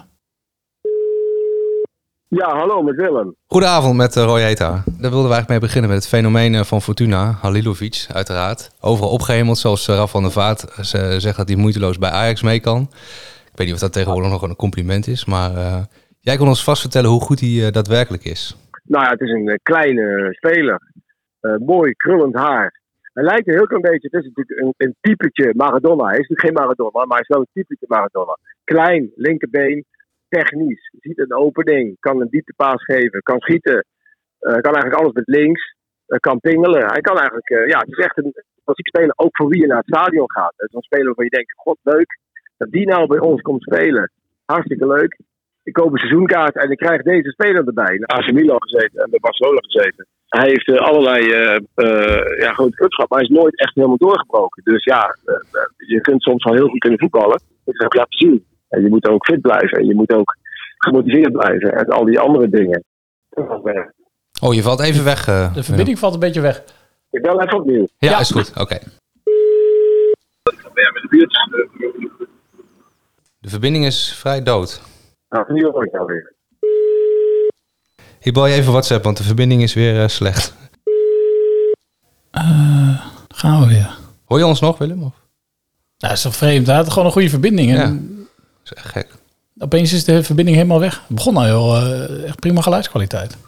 Ja, hallo met Willem. Goedenavond met uh, Roy Heta. Daar wilden we eigenlijk mee beginnen met het fenomeen van Fortuna. Halilovic, uiteraard. Overal opgehemeld, zoals uh, Raf van der Vaart uh, zegt dat hij moeiteloos bij Ajax mee kan. Ik weet niet of dat tegenwoordig nog een compliment is, maar uh, jij kon ons vast vertellen hoe goed hij uh, daadwerkelijk is. Nou ja, het is een uh, kleine speler. Uh, mooi, krullend haar. Hij lijkt een heel klein beetje, het is natuurlijk een, een typetje Maradona. Hij is natuurlijk geen Maradona, maar hij is wel een typetje Maradona. Klein, linkerbeen. Technisch, ziet een opening, kan een dieptepaas geven, kan schieten, uh, kan eigenlijk alles met links, uh, kan pingelen. Hij kan eigenlijk, uh, ja, het is echt een klassiek speler, ook voor wie je naar het stadion gaat. Het is een speler waarvan je denkt, god leuk, dat die nou bij ons komt spelen. Hartstikke leuk. ik koop een seizoenkaart en ik krijg deze speler erbij. A C Milan gezeten en bij Barcelona gezeten. Hij heeft uh, allerlei uh, uh, ja, grote clubs gehad, maar hij is nooit echt helemaal doorgebroken. Dus ja, uh, uh, je kunt soms wel heel goed kunnen voetballen. Dat heb ik laten zien. En je moet ook fit blijven. En je moet ook gemotiveerd blijven. En al die andere dingen. Oh, je valt even weg. Uh, de verbinding ja. valt een beetje weg. Ik bel even opnieuw. Ja, ja. Is goed. Oké. Okay. De verbinding is vrij dood. Nou, nu hoor ik jou weer. Ik bel je even WhatsApp, want de verbinding is weer uh, slecht. Uh, gaan we weer. Hoor je ons nog, Willem? Of? Ja, dat is toch vreemd. Hij had gewoon een goede verbinding. En ja, dat is echt gek. Opeens is de verbinding helemaal weg. Het begon al heel uh, echt prima geluidskwaliteit.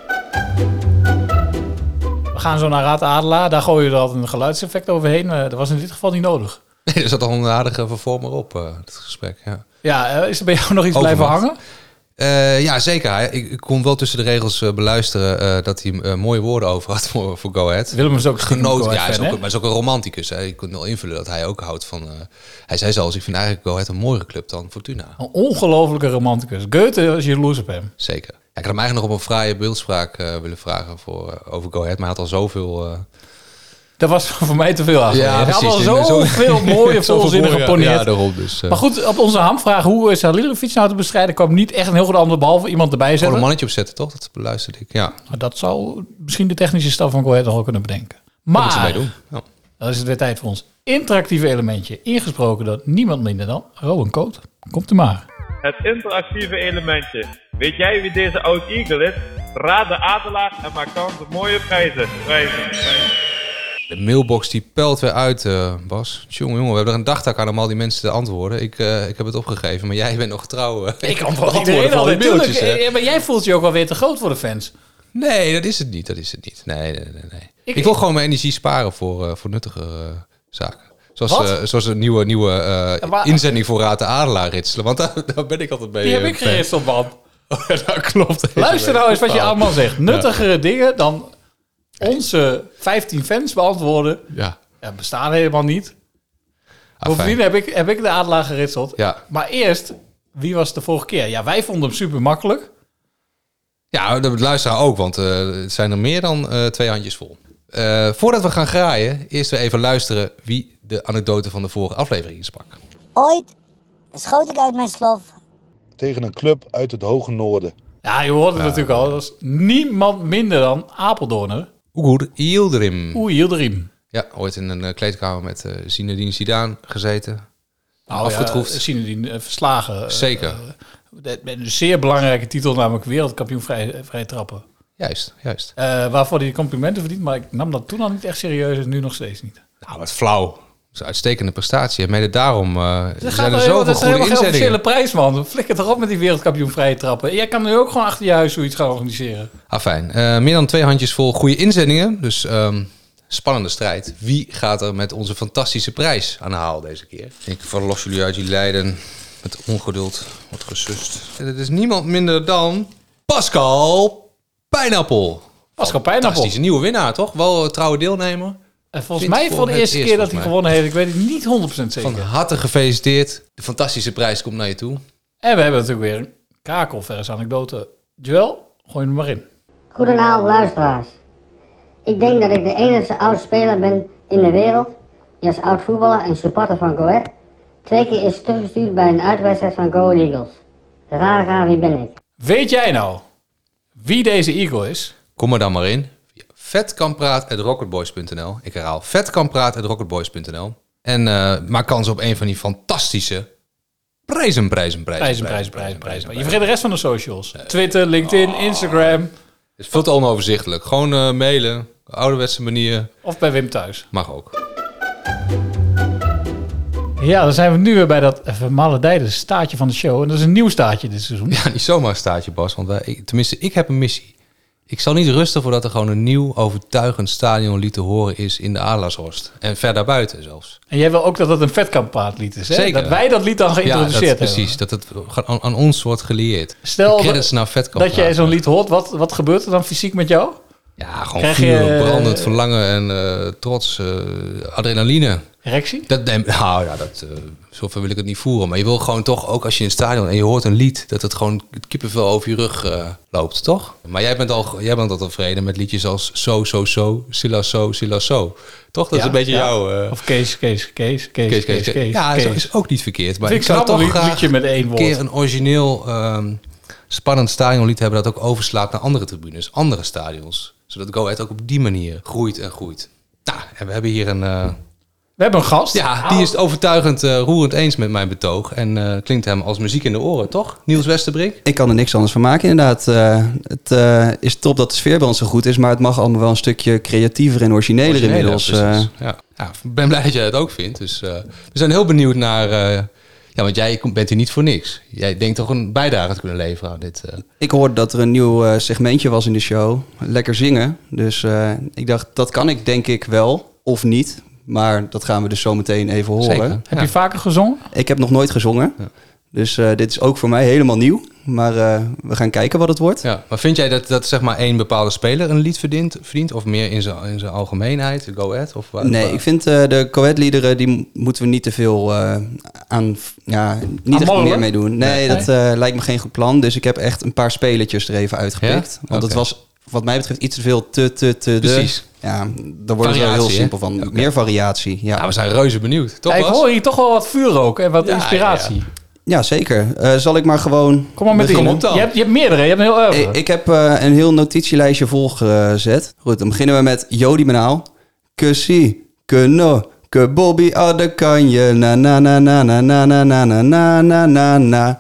We gaan zo naar Raad Adelaar. Daar gooi je er altijd een geluidseffect overheen. Uh, dat was in dit geval niet nodig. Nee, er zat al een aardige vervormer op, uh, het gesprek. Ja, ja uh, is er bij jou nog iets Overmacht. blijven hangen? Uh, ja, zeker. Ik, ik kon wel tussen de regels uh, beluisteren uh, dat hij uh, mooie woorden over had voor, voor Go Ahead. Willem is ook genoten. Ja, hij is ook, maar hij is ook een romanticus. Hè. Je kunt wel invullen dat hij ook houdt van... Uh, hij zei zelfs, ik vind eigenlijk Go Ahead een mooiere club dan Fortuna. Een ongelofelijke romanticus. Goethe is jaloers op hem. Zeker. Ja, ik had hem eigenlijk nog op een fraaie beeldspraak uh, willen vragen voor, uh, over Go Ahead, maar hij had al zoveel... Uh, Dat was voor mij te veel aan. Ja, hij precies. had al zoveel zo mooie volzinnen geponeerd. Ja, daarom dus. Uh... Maar goed, op onze hamvraag hoe is Halilovic nou te bestrijden, kwam niet echt een heel goed antwoord, behalve iemand erbij zetten. Gewoon een mannetje opzetten, toch? Dat beluisterde ik, ja. Maar dat zou misschien de technische staf van Go Ahead nog wel kunnen bedenken. Maar, dat moet ze mee doen. Ja. Dan is het weer tijd voor ons interactieve elementje, ingesproken door niemand minder dan Rowan Coat. Komt u maar. Het interactieve elementje. Weet jij wie deze oud Eagle is? Raad de Adelaar en maak kans op mooie prijzen. Prijzen, prijzen. De mailbox die pelt weer uit, uh, Bas. Jongen, jongen, we hebben er een dagtaak aan om al die mensen te antwoorden. Ik, uh, ik heb het opgegeven, maar jij bent nog trouw. Uh, ik antwoord iedereen al natuurlijk. Ja, maar jij voelt je ook wel weer te groot voor de fans. Nee, dat is het niet. Dat is het niet. Nee, nee, nee. nee. Ik, ik wil gewoon mijn energie sparen voor, uh, voor nuttige uh, zaken. Zoals, uh, zoals een nieuwe, nieuwe uh, ja, maar, inzending voor Raad de Adelaar ritselen. Want daar, daar ben ik altijd mee. Die uh, heb ik geritseld, man. Oh, ja, dat klopt. Luister nou eens wat je allemaal zegt. Nuttigere ja. dingen dan onze vijftien fans beantwoorden. Ja. Ja, bestaan helemaal niet. Bovendien heb ik, heb ik de Adelaar geritseld. Ja. Maar eerst, wie was het de vorige keer? Ja, wij vonden hem super makkelijk. Ja, dat luisteren ook, want uh, het zijn er meer dan uh, twee handjes vol. Uh, voordat we gaan graaien, eerst weer even luisteren wie de anekdote van de vorige aflevering insprak. Ooit schoot ik uit mijn slof. Tegen een club uit het hoge noorden. Ja, je hoort het ja. natuurlijk al. Dat is niemand minder dan Apeldoorner. Uğur Yıldırım. Uğur Yıldırım. Ja, ooit in een uh, kleedkamer met uh, Zinedine Zidane gezeten. Nou, afgetroefd. Ja, Zinedine uh, verslagen. Zeker. Uh, met een zeer belangrijke titel, namelijk wereldkampioen vrij, vrij trappen. Juist, juist. Uh, waarvoor hij complimenten verdient, maar ik nam dat toen al niet echt serieus en nu nog steeds niet. Nou, wat flauw. Dat is een uitstekende prestatie. En mede daarom uh, dat zijn er zoveel goede inzendingen. Dat is een officiële prijs, man. Flikker toch op met die wereldkampioen vrije trappen. Jij kan nu ook gewoon achter je huis zoiets gaan organiseren. Ah, fijn. Uh, meer dan twee handjes vol goede inzendingen. Dus um, spannende strijd. Wie gaat er met onze fantastische prijs aan de haal deze keer? Ik verlos jullie uit jullie lijden. Met ongeduld wordt gesust. En het is niemand minder dan Pascal Pijnappel. Pascal Pijnappel. Fantastisch. Een nieuwe winnaar, toch? Wel een trouwe deelnemer. En volgens mij voor de eerste keer dat hij gewonnen heeft. Ik weet het niet honderd procent zeker. Van harte gefeliciteerd. De fantastische prijs komt naar je toe. En we hebben natuurlijk weer een kakelverse anekdote. Joël, gooi hem maar in. Goedenavond luisteraars. Ik denk dat ik de enige oud speler ben in de wereld die als oud voetballer en supporter van Go Ahead twee keer is teruggestuurd bij een uitwedstrijd van Go Ahead Eagles. Raar, raar, wie ben ik? Weet jij nou wie deze Eagle is? Kom er dan maar in. vetkampraat at rocketboys punt n l. Ik herhaal, vetkampraat at rocketboys punt n l. En uh, maak kans op een van die fantastische prijzen, prijzen, prijzen. Prijzen, prijzen, prijzen, prijzen. Je vergeet de rest van de socials. Twitter, LinkedIn, oh. Instagram. Het is veel te onoverzichtelijk. Gewoon uh, mailen, ouderwetse manier. Of bij Wim thuis. Mag ook. Ja, dan zijn we nu weer bij dat vermaledijde staartje van de show. En dat is een nieuw staartje dit seizoen. Ja, niet zomaar een staartje, Bas. Want wij, tenminste, ik heb een missie. Ik zal niet rusten voordat er gewoon een nieuw, overtuigend stadionlied te horen is in de Adelaarshorst. En ver daarbuiten zelfs. En jij wil ook dat het een vetkampraatlied is, hè? Zeker. Dat wij dat lied dan geïntroduceerd ja, dat, hebben. Precies, dat het aan, aan ons wordt gelieerd. Stel naar dat jij zo'n lied hoort, wat, wat gebeurt er dan fysiek met jou? Ja, gewoon vuur, je, brandend verlangen en uh, trots, uh, adrenaline. Erectie? Dat, nee, nou ja, dat, uh, zover wil ik het niet voeren. Maar je wil gewoon toch, ook als je in het stadion en je hoort een lied, dat het gewoon het kippenvel over je rug uh, loopt, toch? Maar jij bent al, jij bent al tevreden met liedjes als Zo, Zo, Zo, Silla, Zo, Silla, Zo. Toch? Dat ja, is een beetje ja. jouw... Uh... Of Kees, Kees, Kees, Kees, Kees, Kees, Kees. Ja, Kees. dat is ook niet verkeerd. Maar ik, ik zou toch graag liedje met één woord. een keer een origineel, um, spannend stadionlied hebben dat ook overslaat naar andere tribunes, andere stadions. Zodat Go Ahead ook op die manier groeit en groeit. Nou, en we hebben hier een... Uh... We hebben een gast. Ja, die is het overtuigend uh, roerend eens met mijn betoog. En uh, klinkt hem als muziek in de oren, toch? Niels Westerbrink? Ik kan er niks anders van maken, inderdaad. Uh, het uh, is top dat de sfeer bij ons zo goed is, maar het mag allemaal wel een stukje creatiever en origineler Originele, inmiddels. Uh. Ja. Ja, ik ben blij dat jij het ook vindt. Dus uh, we zijn heel benieuwd naar... Uh, ja, want jij bent hier niet voor niks. Jij denkt toch een bijdrage te kunnen leveren aan dit... Uh... Ik hoorde dat er een nieuw uh, segmentje was in de show. Lekker zingen. Dus uh, ik dacht, dat kan ik denk ik wel, of niet. Maar dat gaan we dus zo meteen even horen. Zeker. Heb ja. je vaker gezongen? Ik heb nog nooit gezongen. Ja. Dus uh, dit is ook voor mij helemaal nieuw. Maar uh, we gaan kijken wat het wordt. Ja, maar vind jij dat, dat zeg maar één bepaalde speler een lied verdient? verdient of meer in zijn, in zijn algemeenheid? Go Ahead? Of waar, nee, waar? ik vind uh, de Go Ahead liederen, die moeten we niet te veel uh, aan... Ja, niet echt meer mee doen. Nee, nee. dat uh, lijkt me geen goed plan. Dus ik heb echt een paar spelertjes er even uitgepikt. Ja? Want okay. het was wat mij betreft iets te veel te, te, te, Precies. De. Ja, daar wordt het wel heel simpel van. Okay. Meer variatie. Ja. ja, we zijn reuze benieuwd. Toch, ja, ik hoor hier toch wel wat vuur ook en wat ja, inspiratie. Ja, ja. ja zeker. Uh, zal ik maar gewoon... Kom maar met die. Je hebt, je hebt meerdere, je hebt een heel oeuvre. Ik, ik heb uh, een heel notitielijstje volgezet. Goed, dan beginnen we met Jody Menaal. Kussie, kuno, ke Bobby, adde kan je. Na na na na na na na na na na na na na.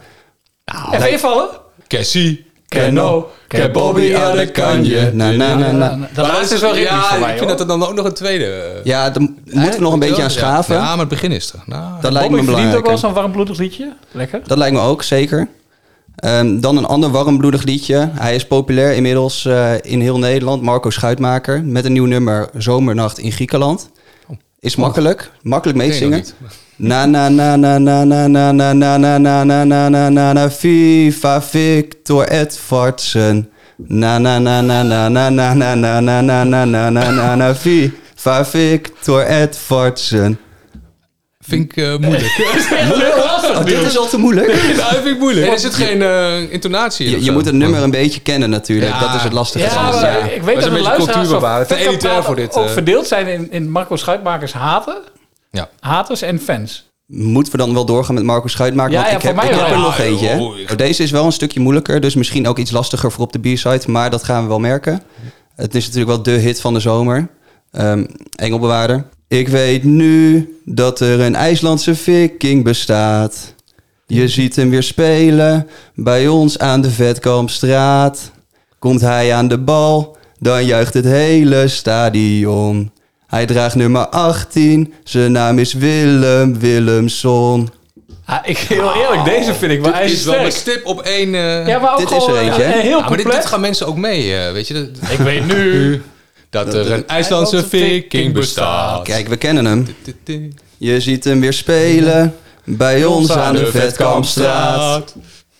Even invallen. Kessie. Keno, ke Bobby, adde kan je. Na na na na. Dat laatste is wel ritmisch ja, voor mij, ik vind hoor. Dat er dan ook nog een tweede... Ja, daar moeten we nog een beetje aan schaven. Ja, maar het begin is er. Nou, dat lijkt me belangrijk. verdient ook wel zo'n warmbloedig liedje. Lekker. Dat lijkt me ook, zeker. Um, dan een ander warmbloedig liedje. Hij is populair inmiddels uh, in heel Nederland. Marco Schuitmaker. Met een nieuw nummer Zomernacht in Griekenland. Is makkelijk. Makkelijk meezingen. Na na na na na na na na na na na na na na na na FIFA Victor Edvardsen. Na na na na na na na na na na na na na na na na FIFA Victor Edvardsen. Vind ik uh, moeilijk. Oh, dit is al te moeilijk. Nou, vind ik moeilijk. Er zit geen uh, intonatie in. Je, je moet het nummer een beetje kennen natuurlijk. Ja. Dat is het lastige. Ja, maar, ja. Ik weet dat de luisteraars te elitair voor dit. Ook uh... verdeeld zijn in, in Marco Schuitmakers haten. Ja. Haters en fans. Moeten we dan wel doorgaan met Marco Schuitmaker? Ja, Want ja, ik heb, mij ik heb ja, er nog ja, eentje. oh, ik... Deze is wel een stukje moeilijker. Dus misschien ook iets lastiger voor op de B-side. Maar dat gaan we wel merken. Het is natuurlijk wel de hit van de zomer. Um, Engelbewaarder. Ik weet nu dat er een IJslandse viking bestaat. Je ziet hem weer spelen bij ons aan de Vetkampstraat. Komt hij aan de bal, dan juicht het hele stadion. Hij draagt nummer achttien, zijn naam is Willem Willemson. Ah, ik heel eerlijk, deze vind ik wel ijzersterk. Dit is wel een stip op één... Uh... Ja, maar ook dit gewoon, is er eentje, hè? Uh, heel ja, maar dit, dit gaan mensen ook mee, uh, weet je. Dat, ik weet nu... Dat er een IJslandse viking bestaat. Kijk, we kennen hem. Je ziet hem weer spelen bij ons aan de Vetkampstraat.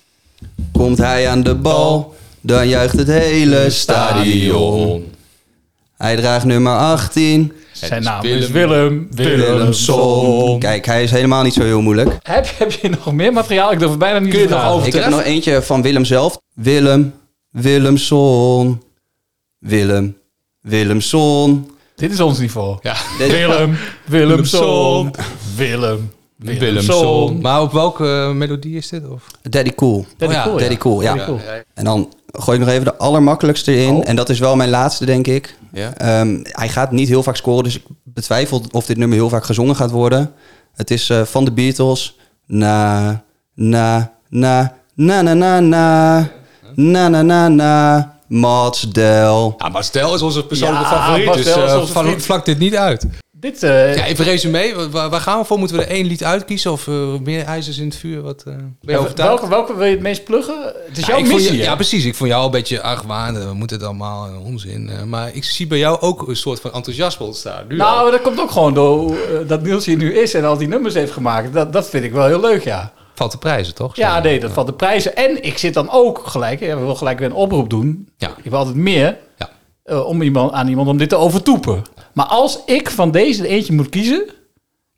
Komt hij aan de bal, dan juicht het hele stadion. Hij draagt nummer achttien. Zijn naam is Willem Willemson. Kijk, hij is helemaal niet zo heel moeilijk. Heb, heb je nog meer materiaal? Ik durf het bijna niet te vragen. Ik heb nog eentje van Willem zelf. Willem Willemson. Willem Willemson. Dit is ons niveau. Ja. Willem Willemson. Willem Willemson. Maar op welke melodie is dit? Of? Daddy Cool. Daddy oh, ja. Cool, Daddy ja. Cool, ja. Daddy cool. En dan gooi ik nog even de allermakkelijkste in. Oh. En dat is wel mijn laatste, denk ik. Ja. Um, hij gaat niet heel vaak scoren, dus ik betwijfel of dit nummer heel vaak gezongen gaat worden. Het is uh, van de Beatles. Na, na, na, na, na, na, na, na, na, na, na, Mats Del. Ja, Mats Del is onze persoonlijke Ja, favoriet, Mats dus Del is uh, onze vlak, vriend. vlak dit niet uit. Dit, uh, Ja, even resume. Waar, waar gaan we voor? Moeten we er één lied uitkiezen of uh, meer ijzers in het vuur? Wat, uh, ben je ja, overtuigd? welke, welke wil je het meest pluggen? Het is Ja, jouw ik vond missie. je- hè? ja, precies. Ik vond jou een beetje argwaan. We moeten het allemaal uh, onzin. Uh, maar ik zie bij jou ook een soort van enthousiasme ontstaan. Nu al. Nou, dat komt ook gewoon door uh, dat Niels hier nu is en al die nummers heeft gemaakt. Dat, dat vind ik wel heel leuk, ja. Valt de prijzen, toch? Ja, nee, dat valt de prijzen. En ik zit dan ook gelijk, ja, we willen gelijk weer een oproep doen. Ja. Ik wil altijd meer Ja. uh, om iemand, aan iemand om dit te overtoepen. Maar als ik van deze eentje moet kiezen,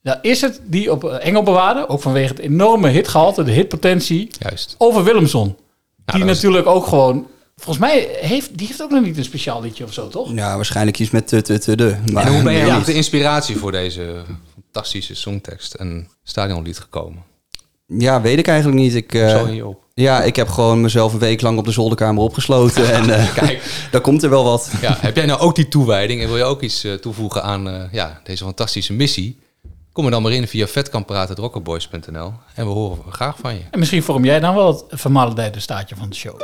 Nou, is het die op Engelbewaarde, ook vanwege het enorme hitgehalte, de hitpotentie, Juist. over Willemson. Die dat is- natuurlijk ook gewoon, volgens mij, heeft, die heeft ook nog niet een speciaal liedje of zo, toch? Ja, waarschijnlijk iets met te, te, te, de. Maar, En hoe ben je ja. op de inspiratie voor deze fantastische songtekst en stadionlied gekomen? Ja, weet ik eigenlijk niet. Ik, uh, Zo in je op. Ja, ik heb gewoon mezelf een week lang op de zolderkamer opgesloten. en uh, Kijk. daar komt er wel wat. Ja, heb jij nou ook die toewijding en wil je ook iets uh, toevoegen aan uh, ja, deze fantastische missie? Kom er dan maar in via vetkanpraten punt rockerboys punt n l en we horen graag van je. En misschien vorm jij dan wel het vermaledijde staartje van de show.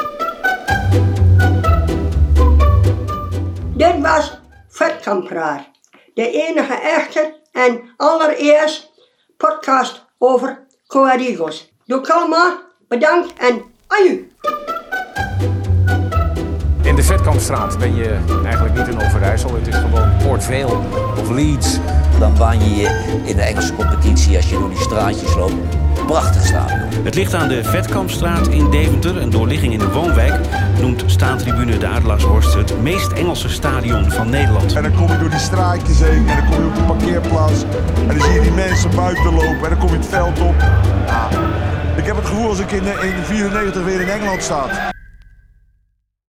Dit was Vetkampraat. De enige echte en allereerst podcast over Go Ahead Eagles. Doe allemaal, bedankt en aju. In de Vetkampstraat ben je eigenlijk niet in Overijssel. Het is gewoon Port Vale of Leeds. Dan baan je je in de Engelse competitie als je door die straatjes loopt. Prachtig stadion. Het ligt aan de Vetkampstraat in Deventer, een doorligging in de woonwijk. Noemt staantribune de Adelaarshorst het meest Engelse stadion van Nederland. En dan kom je door die straatjes heen en dan kom je op de parkeerplaats. En dan zie je die mensen buiten lopen en dan kom je het veld op. Ja, ik heb het gevoel als ik in, in vierennegentig weer in Engeland sta.